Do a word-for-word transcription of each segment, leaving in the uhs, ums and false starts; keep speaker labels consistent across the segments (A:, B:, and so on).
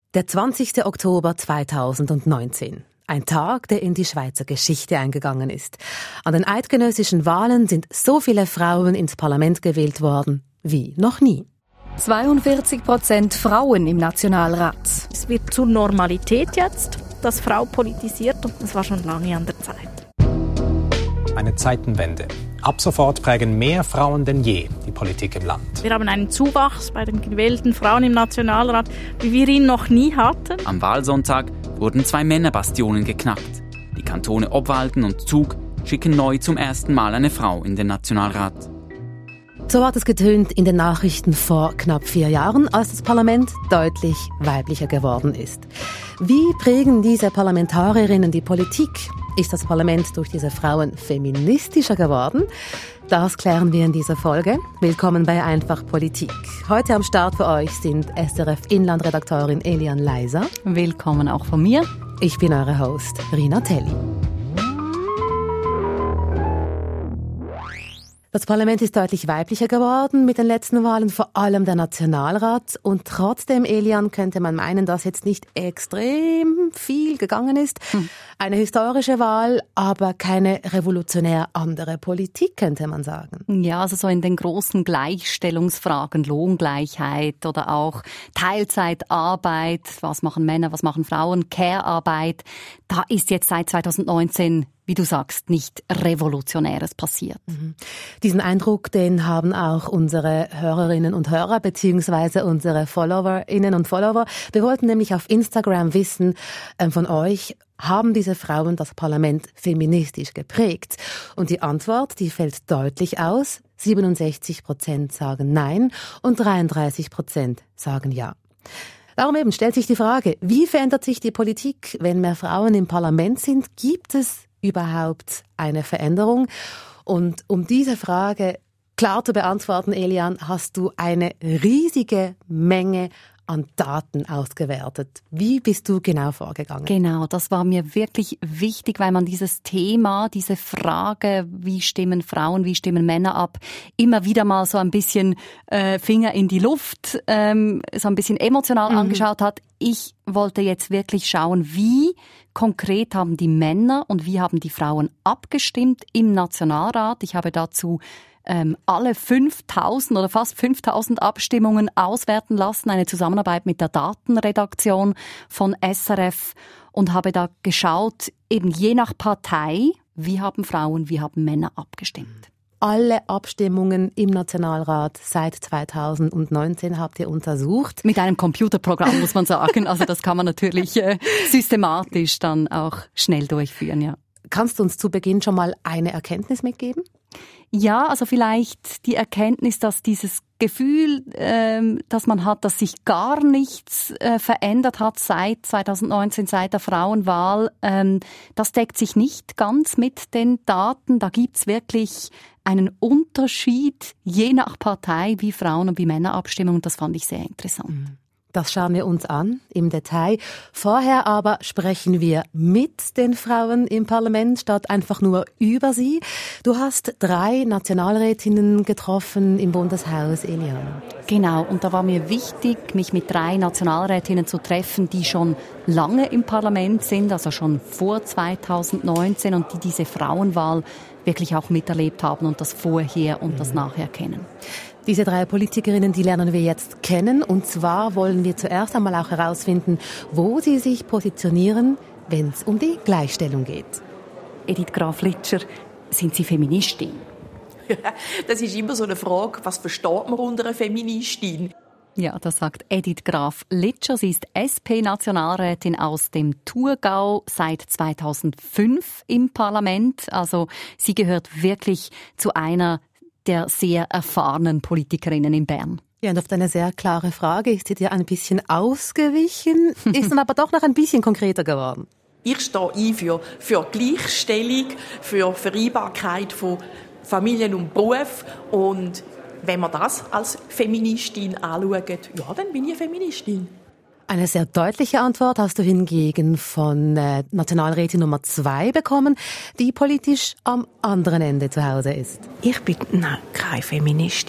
A: Der zwanzigster Oktober zweitausendneunzehn. Ein Tag, der in die Schweizer Geschichte eingegangen ist. An den eidgenössischen Wahlen sind so viele Frauen ins Parlament gewählt worden wie noch nie.
B: zweiundvierzig Prozent Frauen im Nationalrat.
C: Es wird zur Normalität jetzt, dass Frau politisiert, und das war schon lange an der Zeit.
D: Eine Zeitenwende. Ab sofort prägen mehr Frauen denn je die Politik im Land.
C: Wir haben einen Zuwachs bei den gewählten Frauen im Nationalrat, wie wir ihn noch nie hatten.
E: Am Wahlsonntag wurden zwei Männerbastionen geknackt. Die Kantone Obwalden und Zug schicken neu zum ersten Mal eine Frau in den Nationalrat.
A: So hat es getönt in den Nachrichten vor knapp vier Jahren, als das Parlament deutlich weiblicher geworden ist. Wie prägen diese Parlamentarierinnen die Politik? Ist das Parlament durch diese Frauen feministischer geworden? Das klären wir in dieser Folge. Willkommen bei Einfach Politik. Heute am Start für euch sind S R F-Inlandredakteurin Eliane Leiser.
B: Willkommen auch von mir.
A: Ich bin eure Host, Rina Telli. Das Parlament ist deutlich weiblicher geworden mit den letzten Wahlen, vor allem der Nationalrat. Und trotzdem, Eliane, könnte man meinen, dass jetzt nicht extrem viel gegangen ist. Hm. Eine historische Wahl, aber keine revolutionär andere Politik, könnte man sagen.
B: Ja, also so in den großen Gleichstellungsfragen, Lohngleichheit oder auch Teilzeitarbeit, was machen Männer, was machen Frauen, Care-Arbeit, da ist jetzt seit zweitausendneunzehn, wie du sagst, nicht Revolutionäres passiert. Mhm.
A: Diesen Eindruck, den haben auch unsere Hörerinnen und Hörer beziehungsweise unsere Followerinnen und Follower. Wir wollten nämlich auf Instagram wissen äh, von euch, haben diese Frauen das Parlament feministisch geprägt? Und die Antwort, die fällt deutlich aus. siebenundsechzig Prozent sagen Nein und dreiunddreißig Prozent sagen Ja. Darum eben stellt sich die Frage, wie verändert sich die Politik, wenn mehr Frauen im Parlament sind? Gibt es überhaupt eine Veränderung? Und um diese Frage klar zu beantworten, Eliane, hast du eine riesige Menge an Daten ausgewertet. Wie bist du genau vorgegangen?
B: Genau, das war mir wirklich wichtig, weil man dieses Thema, diese Frage, wie stimmen Frauen, wie stimmen Männer ab, immer wieder mal so ein bisschen äh, Finger in die Luft, ähm, so ein bisschen emotional mhm. angeschaut hat. Ich wollte jetzt wirklich schauen, wie konkret haben die Männer und wie haben die Frauen abgestimmt im Nationalrat. Ich habe dazu ähm, alle fünftausend oder fast fünftausend Abstimmungen auswerten lassen, eine Zusammenarbeit mit der Datenredaktion von S R F, und habe da geschaut, eben je nach Partei, wie haben Frauen, wie haben Männer abgestimmt.
A: Alle Abstimmungen im Nationalrat seit zweitausendneunzehn habt ihr untersucht.
B: Mit einem Computerprogramm, muss man sagen. Also das kann man natürlich äh, systematisch dann auch schnell durchführen, ja.
A: Kannst du uns zu Beginn schon mal eine Erkenntnis mitgeben?
B: Ja, also vielleicht die Erkenntnis, dass dieses Gefühl, ähm, dass man hat, dass sich gar nichts äh, verändert hat seit zweitausendneunzehn, seit der Frauenwahl, ähm, das deckt sich nicht ganz mit den Daten. Da gibt's wirklich einen Unterschied je nach Partei, wie Frauen und wie Männer abstimmen, und das fand ich sehr interessant. Mhm.
A: Das schauen wir uns an im Detail. Vorher aber sprechen wir mit den Frauen im Parlament statt einfach nur über sie. Du hast drei Nationalrätinnen getroffen im Bundeshaus, Eliane.
B: Genau, und da war mir wichtig, mich mit drei Nationalrätinnen zu treffen, die schon lange im Parlament sind, also schon vor zweitausendneunzehn, und die diese Frauenwahl wirklich auch miterlebt haben und das Vorher und das Nachher kennen.
A: Diese drei Politikerinnen, die lernen wir jetzt kennen. Und zwar wollen wir zuerst einmal auch herausfinden, wo sie sich positionieren, wenn es um die Gleichstellung geht.
B: Edith Graf-Litscher, sind Sie Feministin?
F: Das ist immer so eine Frage, was versteht man unter einer Feministin?
B: Ja, das sagt Edith Graf-Litscher. Sie ist S P-Nationalrätin aus dem Thurgau, seit zweitausendfünf im Parlament. Also sie gehört wirklich zu einer der sehr erfahrenen Politikerinnen in Bern.
A: Ja, und auf deine sehr klare Frage ist sie dir ein bisschen ausgewichen, ist dann aber doch noch ein bisschen konkreter geworden.
F: Ich stehe ein für, für Gleichstellung, für Vereinbarkeit von Familien und Beruf, und wenn man das als Feministin anschaut, ja, dann bin ich eine Feministin.
A: Eine sehr deutliche Antwort hast du hingegen von äh, Nationalrätin Nummer zwei bekommen, die politisch am anderen Ende zu Hause ist.
G: Ich bin nein, keine Feministin.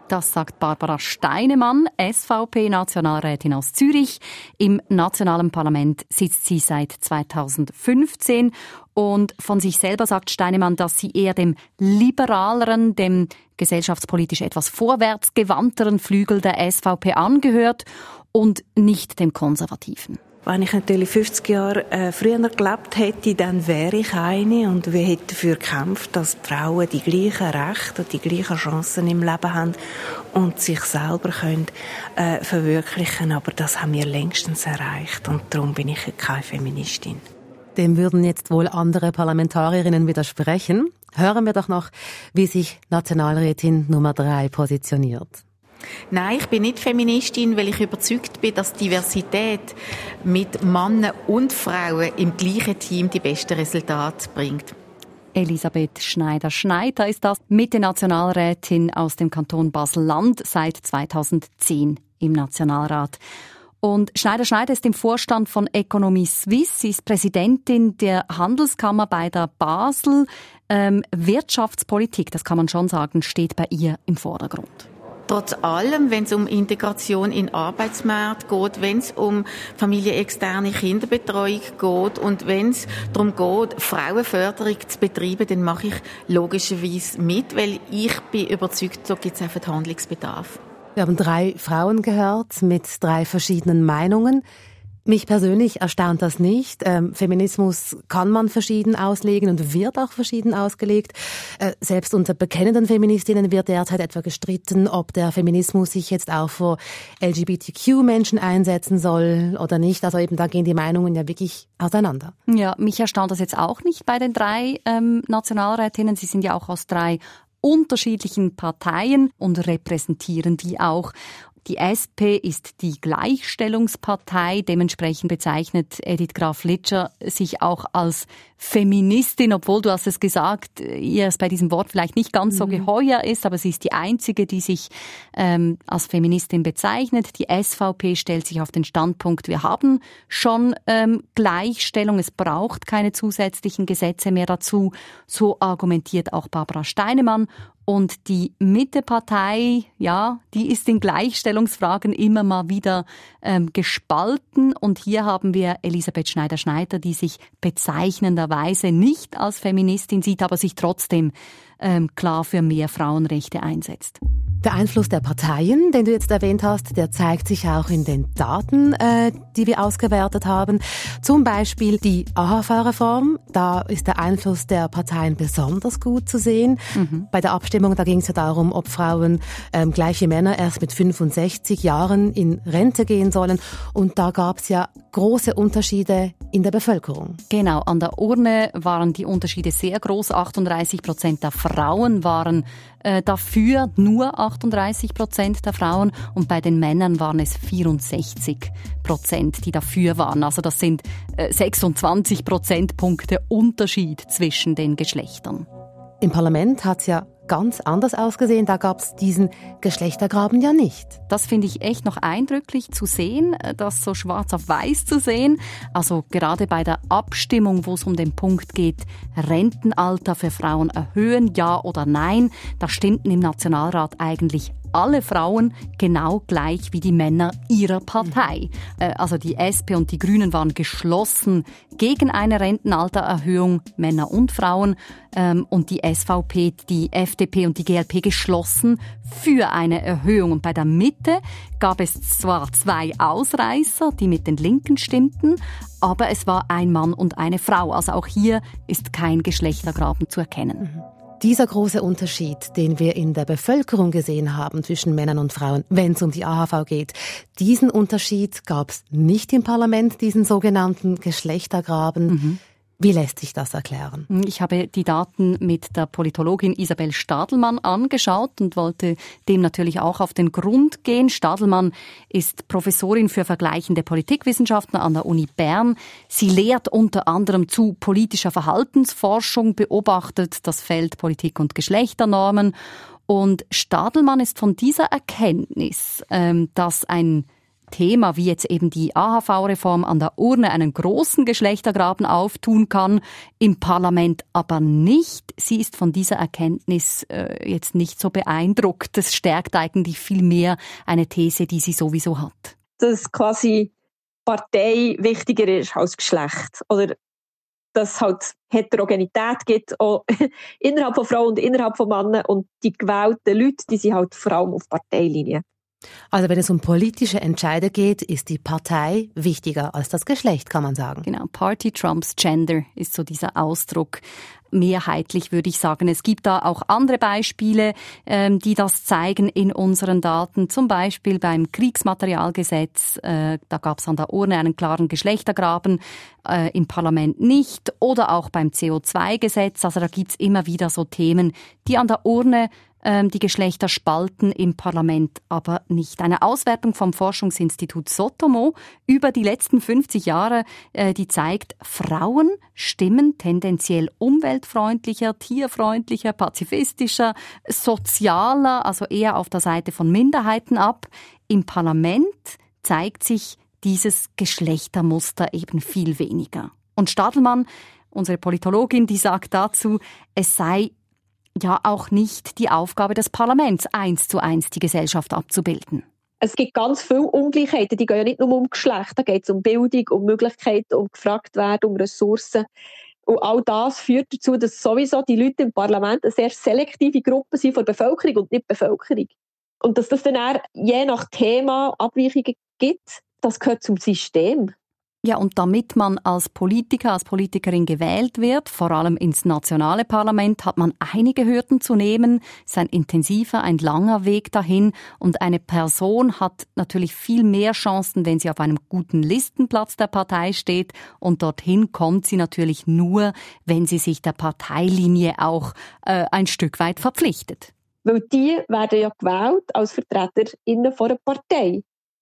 B: Das sagt Barbara Steinemann, S V P-Nationalrätin aus Zürich. Im nationalen Parlament sitzt sie seit zweitausendfünfzehn. Und von sich selber sagt Steinemann, dass sie eher dem liberaleren, dem gesellschaftspolitisch etwas vorwärtsgewandteren Flügel der S V P angehört und nicht dem konservativen.
G: Wenn ich natürlich fünfzig Jahre äh, früher gelebt hätte, dann wäre ich eine und wir hätten dafür gekämpft, dass die Frauen die gleichen Rechte und die gleichen Chancen im Leben haben und sich selber können, äh, verwirklichen. Aber das haben wir längstens erreicht und darum bin ich keine Feministin.
A: Dem würden jetzt wohl andere Parlamentarierinnen widersprechen. Hören wir doch noch, wie sich Nationalrätin Nummer drei positioniert.
H: Nein, ich bin nicht Feministin, weil ich überzeugt bin, dass Diversität mit Männern und Frauen im gleichen Team die besten Resultate bringt.
B: Elisabeth Schneider-Schneider ist das, Mitte-Nationalrätin aus dem Kanton Basel-Land, seit zweitausendzehn im Nationalrat. Und Schneider-Schneider ist im Vorstand von Economie Suisse. Sie ist Präsidentin der Handelskammer bei der Basel. Ähm, Wirtschaftspolitik, das kann man schon sagen, steht bei ihr im Vordergrund.
H: Trotz allem, wenn es um Integration in den Arbeitsmarkt geht, wenn es um familienexterne Kinderbetreuung geht und wenn es darum geht, Frauenförderung zu betreiben, dann mache ich logischerweise mit, weil ich bin überzeugt, da gibt es einfach Handlungsbedarf.
A: Wir haben drei Frauen gehört mit drei verschiedenen Meinungen. Mich persönlich erstaunt das nicht. Ähm, Feminismus kann man verschieden auslegen und wird auch verschieden ausgelegt. Äh, selbst unter bekennenden Feministinnen wird derzeit etwa gestritten, ob der Feminismus sich jetzt auch für L G B T Q-Menschen einsetzen soll oder nicht. Also eben da gehen die Meinungen ja wirklich auseinander.
B: Ja, mich erstaunt das jetzt auch nicht bei den drei ähm, Nationalrätinnen. Sie sind ja auch aus drei unterschiedlichen Parteien und repräsentieren die auch. Die S P ist die Gleichstellungspartei. Dementsprechend bezeichnet Edith Graf-Litscher sich auch als Feministin, obwohl, du hast es gesagt, ihr es bei diesem Wort vielleicht nicht ganz so geheuer ist, aber sie ist die einzige, die sich ähm, als Feministin bezeichnet. Die S V P stellt sich auf den Standpunkt, wir haben schon ähm, Gleichstellung, es braucht keine zusätzlichen Gesetze mehr dazu. So argumentiert auch Barbara Steinemann. Und die Mittepartei, ja, die ist in Gleichstellungsfragen immer mal wieder ähm, gespalten. Und hier haben wir Elisabeth Schneider-Schneider, die sich bezeichnenderweise nicht als Feministin sieht, aber sich trotzdem ähm, klar für mehr Frauenrechte einsetzt.
A: Der Einfluss der Parteien, den du jetzt erwähnt hast, der zeigt sich auch in den Daten, äh, die wir ausgewertet haben. Zum Beispiel die A H V-Reform. Da ist der Einfluss der Parteien besonders gut zu sehen. Mhm. Bei der Abstimmung, da ging es ja darum, ob Frauen ähm, gleich wie Männer erst mit fünfundsechzig Jahren in Rente gehen sollen. Und da gab es ja große Unterschiede in der Bevölkerung.
B: Genau, an der Urne waren die Unterschiede sehr groß. achtunddreißig Prozent der Frauen waren äh, dafür, nur achtunddreißig Prozent der Frauen. Und bei den Männern waren es vierundsechzig Prozent, die dafür waren. Also das sind äh, sechsundzwanzig Prozentpunkte Unterschied zwischen den Geschlechtern.
A: Im Parlament hat es ja ganz anders ausgesehen. Da gab es diesen Geschlechtergraben ja nicht.
B: Das finde ich echt noch eindrücklich zu sehen, das so schwarz auf weiß zu sehen. Also gerade bei der Abstimmung, wo es um den Punkt geht, Rentenalter für Frauen erhöhen, ja oder nein, da stimmten im Nationalrat eigentlich alle Frauen genau gleich wie die Männer ihrer Partei. Also die S P und die Grünen waren geschlossen gegen eine Rentenaltererhöhung, Männer und Frauen. Und die S V P, die F D P und die G L P geschlossen für eine Erhöhung. Und bei der Mitte gab es zwar zwei Ausreißer, die mit den Linken stimmten, aber es war ein Mann und eine Frau. Also auch hier ist kein Geschlechtergraben zu erkennen.
A: Mhm. Dieser große Unterschied, den wir in der Bevölkerung gesehen haben zwischen Männern und Frauen, wenn es um die A H V geht, diesen Unterschied gab es nicht im Parlament, diesen sogenannten Geschlechtergraben. Mhm. Wie lässt sich das erklären?
B: Ich habe die Daten mit der Politologin Isabel Stadelmann angeschaut und wollte dem natürlich auch auf den Grund gehen. Stadelmann ist Professorin für vergleichende Politikwissenschaften an der Uni Bern. Sie lehrt unter anderem zu politischer Verhaltensforschung, beobachtet das Feld Politik und Geschlechternormen. Und Stadelmann ist von dieser Erkenntnis, dass ein Thema wie jetzt eben die A H V-Reform an der Urne einen großen Geschlechtergraben auftun kann, im Parlament aber nicht. Sie ist von dieser Erkenntnis äh, jetzt nicht so beeindruckt. Das stärkt eigentlich viel mehr eine These, die sie sowieso hat.
I: Dass quasi Partei wichtiger ist als Geschlecht. Oder dass es halt Heterogenität gibt, auch innerhalb von Frauen und innerhalb von Männern. Und die gewählten Leute, die sind halt vor allem auf Parteilinie.
A: Also wenn es um politische Entscheide geht, ist die Partei wichtiger als das Geschlecht, kann man sagen.
B: Genau, Party trumps Gender ist so dieser Ausdruck. Mehrheitlich würde ich sagen. Es gibt da auch andere Beispiele, ähm, die das zeigen in unseren Daten. Zum Beispiel beim Kriegsmaterialgesetz, äh, da gab es an der Urne einen klaren Geschlechtergraben, äh, im Parlament nicht. Oder auch beim C O zwei Gesetz. Also da gibt's immer wieder so Themen, die an der Urne die Geschlechter spalten, im Parlament aber nicht. Eine Auswertung vom Forschungsinstitut Sotomo über die letzten fünfzig Jahre, die zeigt, Frauen stimmen tendenziell umweltfreundlicher, tierfreundlicher, pazifistischer, sozialer, also eher auf der Seite von Minderheiten ab. Im Parlament zeigt sich dieses Geschlechtermuster eben viel weniger. Und Stadelmann, unsere Politologin, die sagt dazu, es sei ja auch nicht die Aufgabe des Parlaments, eins zu eins die Gesellschaft abzubilden.
I: Es gibt ganz viele Ungleichheiten, die gehen ja nicht nur um Geschlecht, da geht es um Bildung, um Möglichkeiten, um gefragt werden, um Ressourcen. Und all das führt dazu, dass sowieso die Leute im Parlament eine sehr selektive Gruppe sind von der Bevölkerung und nicht die Bevölkerung. Und dass das dann eher je nach Thema Abweichungen gibt, das gehört zum System.
B: Ja, und damit man als Politiker, als Politikerin gewählt wird, vor allem ins nationale Parlament, hat man einige Hürden zu nehmen. Es ist ein intensiver, ein langer Weg dahin. Und eine Person hat natürlich viel mehr Chancen, wenn sie auf einem guten Listenplatz der Partei steht. Und dorthin kommt sie natürlich nur, wenn sie sich der Parteilinie auch äh, ein Stück weit verpflichtet.
I: Weil die werden ja gewählt als VertreterInnen von einer Partei.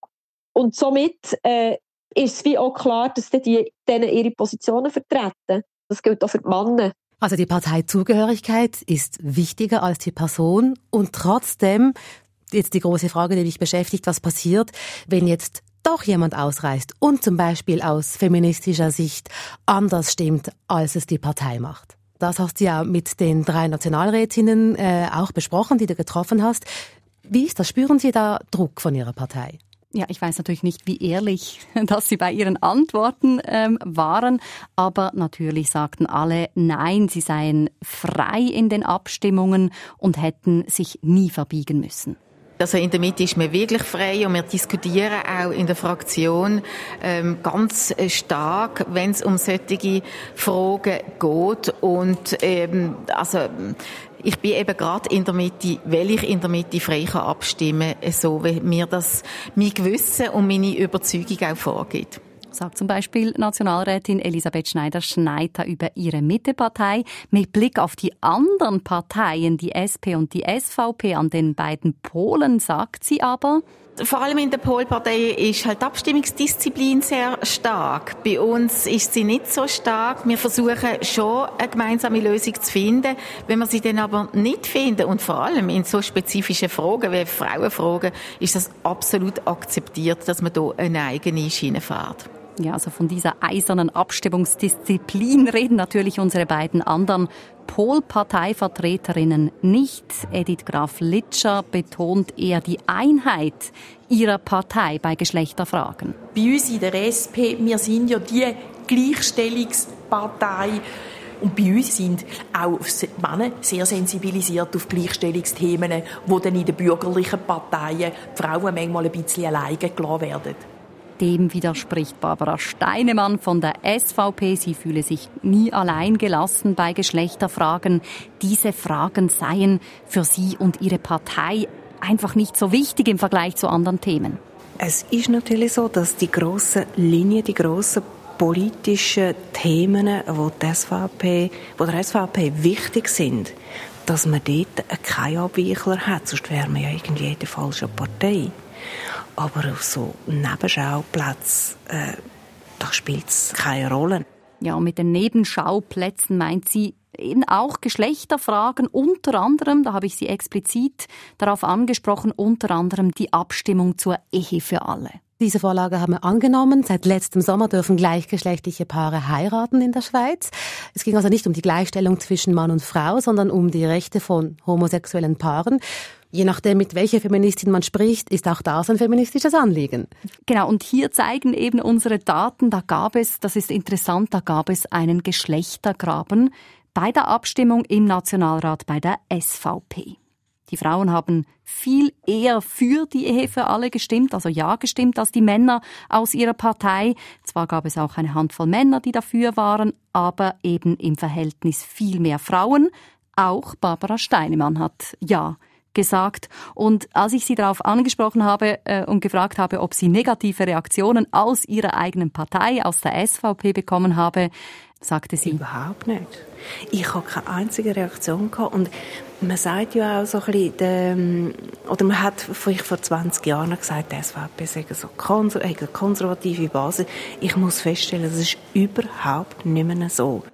I: Und somit äh, ist es wie auch klar, dass die denen ihre Positionen vertreten. Das gilt auch für die Männer.
A: Also die Parteizugehörigkeit ist wichtiger als die Person und trotzdem, jetzt die große Frage, die dich beschäftigt, was passiert, wenn jetzt doch jemand ausreist und zum Beispiel aus feministischer Sicht anders stimmt, als es die Partei macht. Das hast du ja mit den drei Nationalrätinnen äh, auch besprochen, die du getroffen hast. Wie ist das? Spüren Sie da Druck von Ihrer Partei?
B: Ja, ich weiß natürlich nicht, wie ehrlich, dass sie bei ihren Antworten ähm, waren, aber natürlich sagten alle, nein, sie seien frei in den Abstimmungen und hätten sich nie verbiegen müssen.
H: Also in der Mitte ist man wirklich frei und wir diskutieren auch in der Fraktion ähm, ganz stark, wenn es um solche Fragen geht. Und ähm, also ich bin eben gerade in der Mitte, weil ich in der Mitte frei kann abstimmen kann, so wie mir das mein Gewissen und meine Überzeugung auch vorgibt.
B: Sagt zum Beispiel Nationalrätin Elisabeth Schneider-Schneider über ihre Mittepartei. Mit Blick auf die anderen Parteien, die S P und die S V P an den beiden Polen, sagt sie aber:
H: Vor allem in der Polpartei ist halt die Abstimmungsdisziplin sehr stark. Bei uns ist sie nicht so stark. Wir versuchen schon, eine gemeinsame Lösung zu finden. Wenn wir sie dann aber nicht finden, und vor allem in so spezifischen Fragen wie Frauenfragen, ist das absolut akzeptiert, dass man hier eine eigene Schiene fährt.
B: Ja, also von dieser eisernen Abstimmungsdisziplin reden natürlich unsere beiden anderen Polparteivertreterinnen nicht. Edith Graf-Litscher betont eher die Einheit ihrer Partei bei Geschlechterfragen.
F: Bei uns in der S P, wir sind ja die Gleichstellungspartei. Und bei uns sind auch Männer sehr sensibilisiert auf Gleichstellungsthemen, wo dann in den bürgerlichen Parteien die Frauen manchmal ein bisschen alleine gelassen werden.
B: Dem widerspricht Barbara Steinemann von der S V P. Sie fühle sich nie allein gelassen bei Geschlechterfragen. Diese Fragen seien für sie und ihre Partei einfach nicht so wichtig im Vergleich zu anderen Themen.
G: Es ist natürlich so, dass die grossen Linien, die grossen politischen Themen, die, die, S V P, die der S V P wichtig sind, dass man dort keinen Abweichler hat, sonst wäre man ja irgendwie in der falschen Partei. Aber auf so Nebenschauplätzen, äh, da spielt es keine Rolle.
B: Ja, und mit den Nebenschauplätzen meint sie eben auch Geschlechterfragen, unter anderem, da habe ich sie explizit darauf angesprochen, unter anderem die Abstimmung zur Ehe für alle.
A: Diese Vorlage haben wir angenommen. Seit letztem Sommer dürfen gleichgeschlechtliche Paare heiraten in der Schweiz. Es ging also nicht um die Gleichstellung zwischen Mann und Frau, sondern um die Rechte von homosexuellen Paaren. Je nachdem, mit welcher Feministin man spricht, ist auch das ein feministisches Anliegen.
B: Genau, und hier zeigen eben unsere Daten, da gab es, das ist interessant, da gab es einen Geschlechtergraben bei der Abstimmung im Nationalrat bei der S V P. Die Frauen haben viel eher für die Ehe für alle gestimmt, also ja gestimmt, als die Männer aus ihrer Partei. Zwar gab es auch eine Handvoll Männer, die dafür waren, aber eben im Verhältnis viel mehr Frauen. Auch Barbara Steinemann hat ja gesagt. Und als ich sie darauf angesprochen habe äh, und gefragt habe, ob sie negative Reaktionen aus ihrer eigenen Partei, aus der S V P bekommen habe, sagte sie:
G: Überhaupt nicht. Ich habe keine einzige Reaktion gehabt. Und man sagt ja auch so ein bisschen, der, oder man hat vielleicht vor zwanzig Jahren gesagt, die S V P sei so konser- eine konservative Basis. Ich muss feststellen, das ist überhaupt nicht mehr so.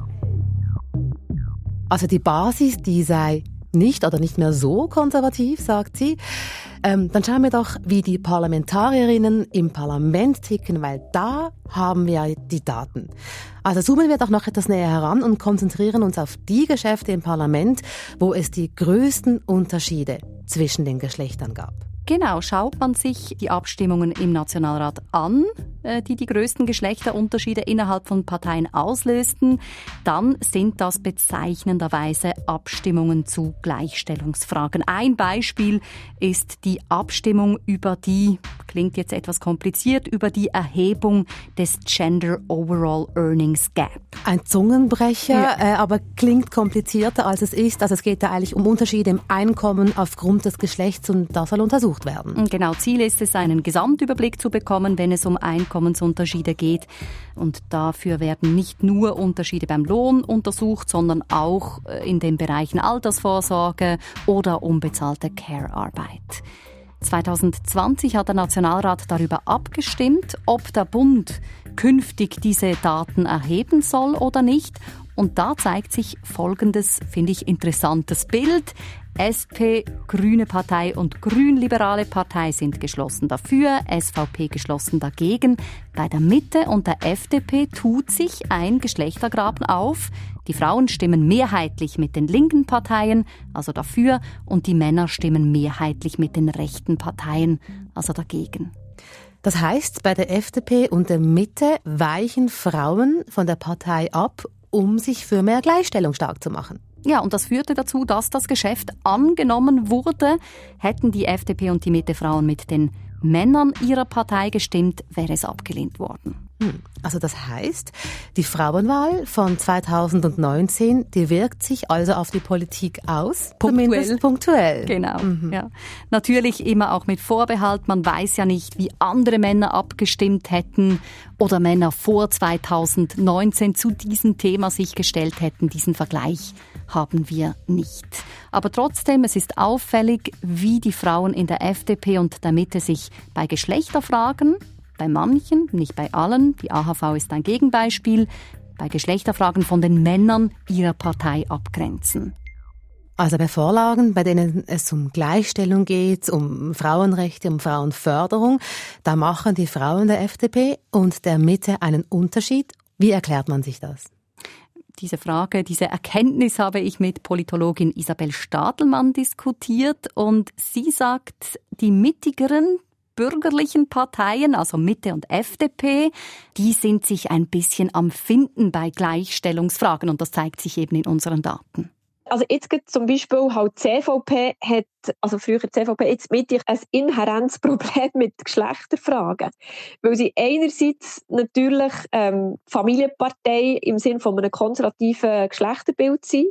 A: Also die Basis, die sei nicht oder nicht mehr so konservativ, sagt sie. Ähm, dann schauen wir doch, wie die Parlamentarierinnen im Parlament ticken, weil da haben wir ja die Daten. Also zoomen wir doch noch etwas näher heran und konzentrieren uns auf die Geschäfte im Parlament, wo es die größten Unterschiede zwischen den Geschlechtern gab.
B: Genau, schaut man sich die Abstimmungen im Nationalrat an, die die größten Geschlechterunterschiede innerhalb von Parteien auslösten, dann sind das bezeichnenderweise Abstimmungen zu Gleichstellungsfragen. Ein Beispiel ist die Abstimmung über die, klingt jetzt etwas kompliziert, über die Erhebung des Gender Overall Earnings Gap.
A: Ein Zungenbrecher, ja. äh, aber klingt komplizierter als es ist. Also es geht da eigentlich um Unterschiede im Einkommen aufgrund des Geschlechts und das soll untersucht werden.
B: Genau, Ziel ist es, einen Gesamtüberblick zu bekommen, wenn es um Einkommensunterschiede geht. Und dafür werden nicht nur Unterschiede beim Lohn untersucht, sondern auch in den Bereichen Altersvorsorge oder unbezahlte Care-Arbeit. zwanzig zwanzig hat der Nationalrat darüber abgestimmt, ob der Bund künftig diese Daten erheben soll oder nicht. Und da zeigt sich folgendes, finde ich, interessantes Bild. S P, Grüne Partei und Grünliberale Partei sind geschlossen dafür, S V P geschlossen dagegen. Bei der Mitte und der F D P tut sich ein Geschlechtergraben auf. Die Frauen stimmen mehrheitlich mit den linken Parteien, also dafür, und die Männer stimmen mehrheitlich mit den rechten Parteien, also dagegen.
A: Das heißt, bei der F D P und der Mitte weichen Frauen von der Partei ab, um sich für mehr Gleichstellung stark zu machen.
B: Ja, und das führte dazu, dass das Geschäft angenommen wurde. Hätten die F D P und die Mitte-Frauen mit den Männern ihrer Partei gestimmt, wäre es abgelehnt worden.
A: Hm. Also das heißt, die Frauenwahl von zweitausendneunzehn, die wirkt sich also auf die Politik aus,
B: punktuell.
A: Zumindest punktuell.
B: Genau, mhm. ja. Natürlich immer auch mit Vorbehalt. Man weiß ja nicht, wie andere Männer abgestimmt hätten oder Männer vor zweitausendneunzehn zu diesem Thema sich gestellt hätten. Diesen Vergleich haben wir nicht. Aber trotzdem, es ist auffällig, wie die Frauen in der F D P und der Mitte sich bei Geschlechterfragen, bei manchen, nicht bei allen, die A H V ist ein Gegenbeispiel, bei Geschlechterfragen von den Männern ihrer Partei abgrenzen.
A: Also bei Vorlagen, bei denen es um Gleichstellung geht, um Frauenrechte, um Frauenförderung, da machen die Frauen der F D P und der Mitte einen Unterschied. Wie erklärt man sich das?
B: Diese Frage, diese Erkenntnis habe ich mit Politologin Isabel Stadelmann diskutiert und sie sagt, die mittigeren bürgerlichen Parteien, also Mitte und F D P, die sind sich ein bisschen am Finden bei Gleichstellungsfragen und das zeigt sich eben in unseren Daten.
I: Also jetzt gibt zum Beispiel halt die C V P hat, also früher die C V P, jetzt mit ein inhärentes Problem mit Geschlechterfragen. Weil sie einerseits natürlich ähm, Familienpartei im Sinne von einem konservativen Geschlechterbild sind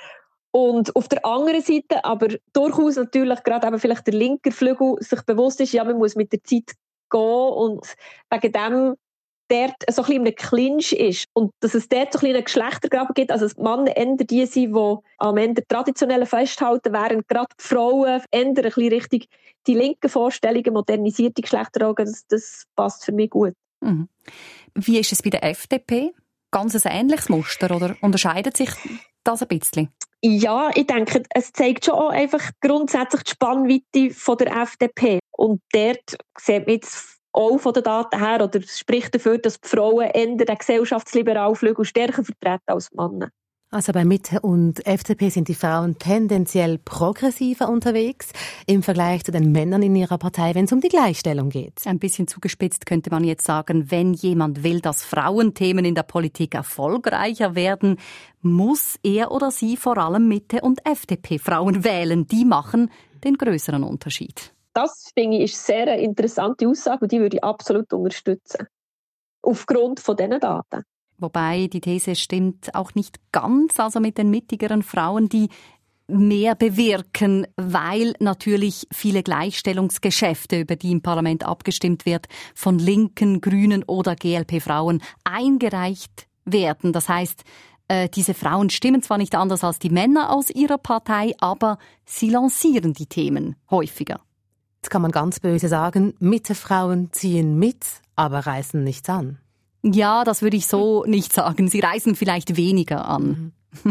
I: und auf der anderen Seite aber durchaus natürlich gerade eben vielleicht der linke Flügel sich bewusst ist, ja, man muss mit der Zeit gehen und wegen dem dort so ein bisschen in einem Clinch ist und dass es dort so ein bisschen einen Geschlechtergraben gibt, also dass die Männer eher die sind, die am Ende traditionellen festhalten, während gerade die Frauen eher ein bisschen Richtung die linken Vorstellungen, modernisierte Geschlechterrollen, das, das passt für mich gut.
B: Mhm. Wie ist es bei der F D P? Ganz ein ähnliches Muster oder unterscheidet sich das ein bisschen?
I: Ja, ich denke, es zeigt schon auch einfach grundsätzlich die Spannweite von der F D P und dort sieht man jetzt auch von den Daten her, oder es spricht dafür, dass die Frauen eher den gesellschaftsliberalen Flügel stärker vertreten als Männer.
A: Also bei Mitte und F D P sind die Frauen tendenziell progressiver unterwegs im Vergleich zu den Männern in ihrer Partei, wenn es um die Gleichstellung geht.
B: Ein bisschen zugespitzt könnte man jetzt sagen, wenn jemand will, dass Frauenthemen in der Politik erfolgreicher werden, muss er oder sie vor allem Mitte- und F D P-Frauen wählen. Die machen den größeren Unterschied.
I: Das, finde ich, ist eine sehr interessante Aussage und die würde ich absolut unterstützen. Aufgrund von diesen Daten.
B: Wobei die These stimmt auch nicht ganz, also mit den mittigeren Frauen, die mehr bewirken, weil natürlich viele Gleichstellungsgeschäfte, über die im Parlament abgestimmt wird, von Linken, Grünen oder G L P-Frauen eingereicht werden. Das heißt, äh, diese Frauen stimmen zwar nicht anders als die Männer aus ihrer Partei, aber sie lancieren die Themen häufiger.
A: Jetzt kann man ganz böse sagen, Mitte-Frauen ziehen mit, aber reißen nichts an.
B: Ja, das würde ich so nicht sagen. Sie reisen vielleicht weniger an.
A: Mhm.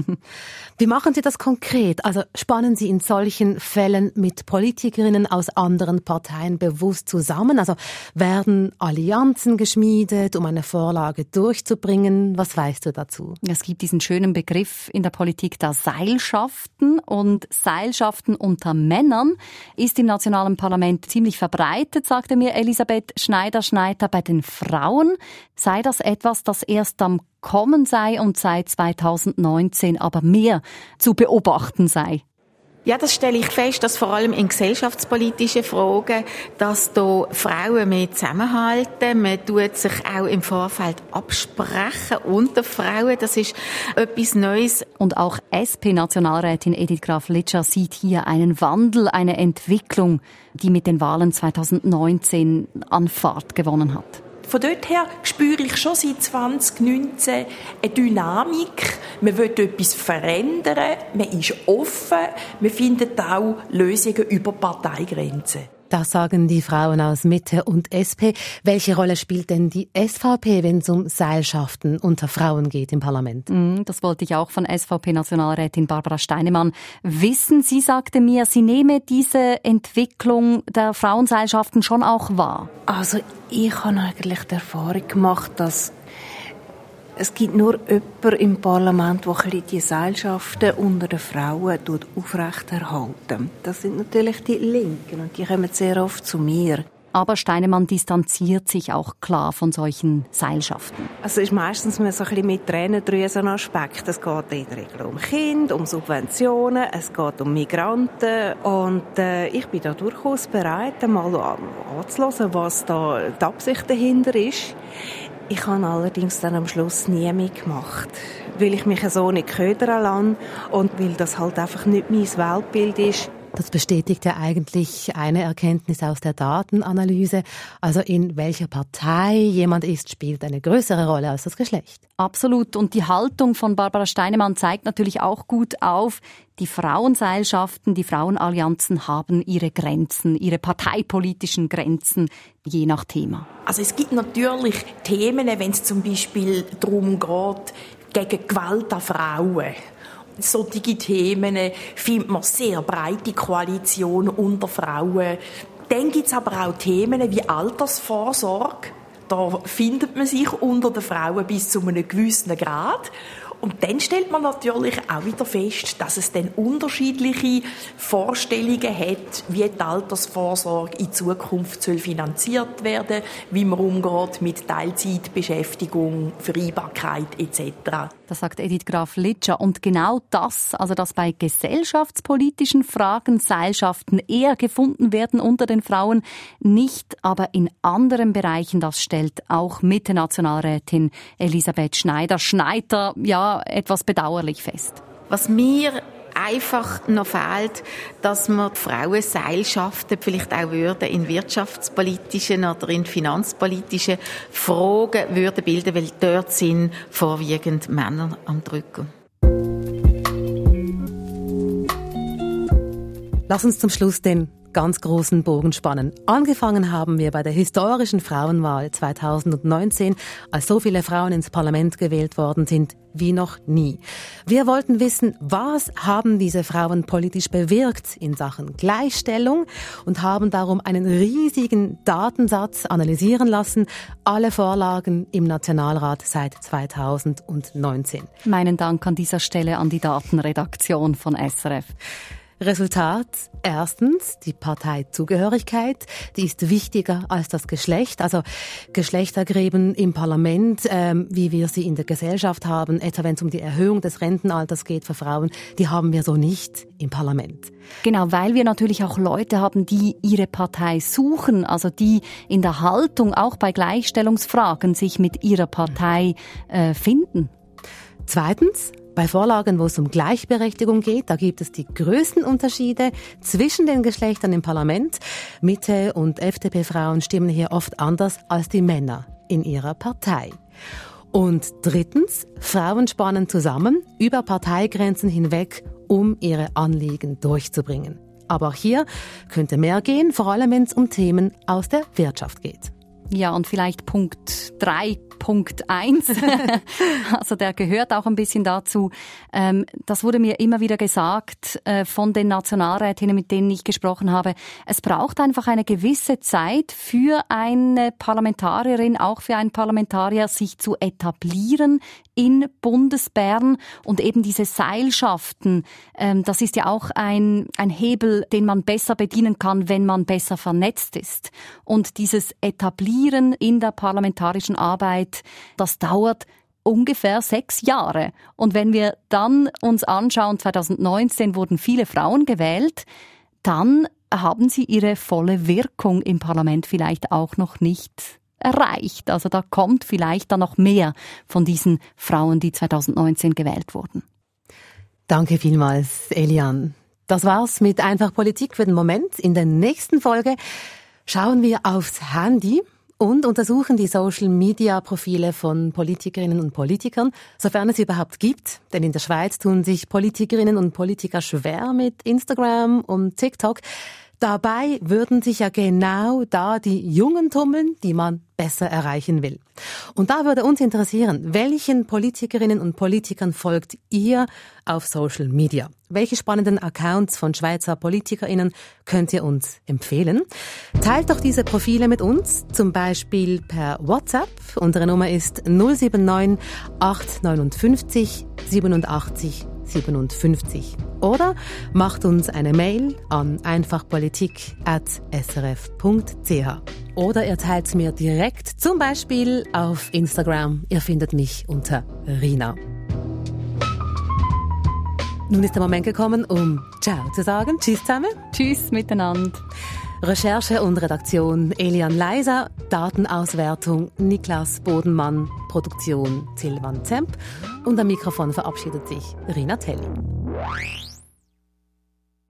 A: Wie machen Sie das konkret? Also spannen Sie in solchen Fällen mit Politikerinnen aus anderen Parteien bewusst zusammen? Also werden Allianzen geschmiedet, um eine Vorlage durchzubringen? Was weißt du dazu?
B: Es gibt diesen schönen Begriff in der Politik der Seilschaften. Und Seilschaften unter Männern ist im nationalen Parlament ziemlich verbreitet, sagte mir Elisabeth Schneider-Schneider. Bei den Frauen sei das etwas, das erst am Kommen sei und seit zweitausendneunzehn aber mehr zu beobachten sei.
H: Ja, das stelle ich fest, dass vor allem in gesellschaftspolitischen Fragen, dass da Frauen mehr zusammenhalten. Man tut sich auch im Vorfeld absprechen unter Frauen. Das ist etwas Neues.
B: Und auch S P-Nationalrätin Edith Graf-Litscher sieht hier einen Wandel, eine Entwicklung, die mit den Wahlen zweitausendneunzehn an Fahrt gewonnen hat.
F: Von dort her spüre ich schon seit zwanzig neunzehn eine Dynamik. Man will etwas verändern, man ist offen, man findet auch Lösungen über Parteigrenzen.
A: Das sagen die Frauen aus Mitte und S P. Welche Rolle spielt denn die S V P, wenn es um Seilschaften unter Frauen geht im Parlament?
B: Das wollte ich auch von S V P-Nationalrätin Barbara Steinemann wissen. Sie sagte mir, sie nehme diese Entwicklung der Frauenseilschaften schon auch wahr.
G: Also ich habe eigentlich die Erfahrung gemacht, dass es gibt nur jemanden im Parlament, der die Seilschaften unter den Frauen aufrechterhalten. Das sind natürlich die Linken und die kommen sehr oft zu mir.
B: Aber Steinemann distanziert sich auch klar von solchen Seilschaften.
G: Also es ist meistens so ein bisschen mit Tränendrüsenaspekt. Es geht in der Regel um Kinder, um Subventionen, es geht um Migranten. Und äh, ich bin da durchaus bereit, mal anzuhören, was da die Absicht dahinter ist. Ich habe allerdings dann am Schluss nie mitgemacht, weil ich mich so nicht ködern lasse und weil das halt einfach nicht mein Weltbild ist.
A: Das bestätigt ja eigentlich eine Erkenntnis aus der Datenanalyse. Also in welcher Partei jemand ist, spielt eine größere Rolle als das Geschlecht.
B: Absolut. Und die Haltung von Barbara Steinemann zeigt natürlich auch gut auf, die Frauenseilschaften, die Frauenallianzen haben ihre Grenzen, ihre parteipolitischen Grenzen, je nach Thema.
F: Also es gibt natürlich Themen, wenn es zum Beispiel darum geht, gegen Gewalt an Frauen. Solche Themen findet man sehr breite Koalitionen unter Frauen. Dann gibt es aber auch Themen wie Altersvorsorge. Da findet man sich unter den Frauen bis zu einem gewissen Grad. Und dann stellt man natürlich auch wieder fest, dass es dann unterschiedliche Vorstellungen hat, wie die Altersvorsorge in Zukunft soll finanziert werden, wie man umgeht mit Teilzeitbeschäftigung, Vereinbarkeit et cetera.
B: Das sagt Edith Graf-Litscher. Und genau das, also dass bei gesellschaftspolitischen Fragen Seilschaften eher gefunden werden unter den Frauen, nicht aber in anderen Bereichen, das stellt auch Mitte-Nationalrätin Elisabeth Schneider-Schneider, ja, etwas bedauerlich fest.
H: Was mir einfach noch fehlt, dass man die Frauenseilschaften vielleicht auch würden in wirtschaftspolitischen oder in finanzpolitischen Fragen würden bilden, weil dort sind vorwiegend Männer am Drücken.
A: Lass uns zum Schluss den ganz großen Bogen spannen. Angefangen haben wir bei der historischen Frauenwahl zweitausendneunzehn, als so viele Frauen ins Parlament gewählt worden sind wie noch nie. Wir wollten wissen, was haben diese Frauen politisch bewirkt in Sachen Gleichstellung und haben darum einen riesigen Datensatz analysieren lassen, alle Vorlagen im Nationalrat seit zweitausendneunzehn.
B: Meinen Dank an dieser Stelle an die Datenredaktion von S R F.
A: Resultat: Erstens, die Parteizugehörigkeit, die ist wichtiger als das Geschlecht. Also Geschlechtergräben im Parlament, ähm, wie wir sie in der Gesellschaft haben, etwa wenn es um die Erhöhung des Rentenalters geht für Frauen, die haben wir so nicht im Parlament.
B: Genau, weil wir natürlich auch Leute haben, die ihre Partei suchen, also die in der Haltung auch bei Gleichstellungsfragen sich mit ihrer Partei äh, finden.
A: Zweitens, bei Vorlagen, wo es um Gleichberechtigung geht, da gibt es die größten Unterschiede zwischen den Geschlechtern im Parlament. Mitte- und F D P-Frauen stimmen hier oft anders als die Männer in ihrer Partei. Und drittens, Frauen spannen zusammen über Parteigrenzen hinweg, um ihre Anliegen durchzubringen. Aber auch hier könnte mehr gehen, vor allem wenn es um Themen aus der Wirtschaft geht.
B: Ja, und vielleicht Punkt drei, Punkt eins, also der gehört auch ein bisschen dazu. Ähm, das wurde mir immer wieder gesagt äh, von den Nationalrätinnen, mit denen ich gesprochen habe. Es braucht einfach eine gewisse Zeit für eine Parlamentarierin, auch für einen Parlamentarier, sich zu etablieren in Bundesbern und eben diese Seilschaften. Ähm, das ist ja auch ein, ein Hebel, den man besser bedienen kann, wenn man besser vernetzt ist. Und dieses Etablieren in der parlamentarischen Arbeit, das dauert ungefähr sechs Jahre. Und wenn wir dann uns anschauen, zweitausendneunzehn wurden viele Frauen gewählt, dann haben sie ihre volle Wirkung im Parlament vielleicht auch noch nicht erreicht. Also da kommt vielleicht dann noch mehr von diesen Frauen, die zweitausendneunzehn gewählt wurden.
A: Danke vielmals, Eliane. Das war's mit Einfach Politik für den Moment. In der nächsten Folge schauen wir aufs Handy und untersuchen die Social-Media-Profile von Politikerinnen und Politikern, sofern es überhaupt gibt. Denn in der Schweiz tun sich Politikerinnen und Politiker schwer mit Instagram und TikTok. Dabei würden sich ja genau da die Jungen tummeln, die man besser erreichen will. Und da würde uns interessieren, welchen Politikerinnen und Politikern folgt ihr auf Social Media? Welche spannenden Accounts von Schweizer PolitikerInnen könnt ihr uns empfehlen? Teilt doch diese Profile mit uns, zum Beispiel per WhatsApp. Unsere Nummer ist null sieben neun acht neun fünf siebenundachtzig siebenundfünfzig. Oder macht uns eine Mail an einfachpolitik at s r f punkt c h. Oder ihr teilt es mir direkt, zum Beispiel auf Instagram. Ihr findet mich unter Rina. Nun ist der Moment gekommen, um Ciao zu sagen. Tschüss zusammen.
B: Tschüss miteinander.
A: Recherche und Redaktion Eliane Leiser, Datenauswertung Niklas Bodenmann, Produktion Silvan Zemp und am Mikrofon verabschiedet sich Rina Telli.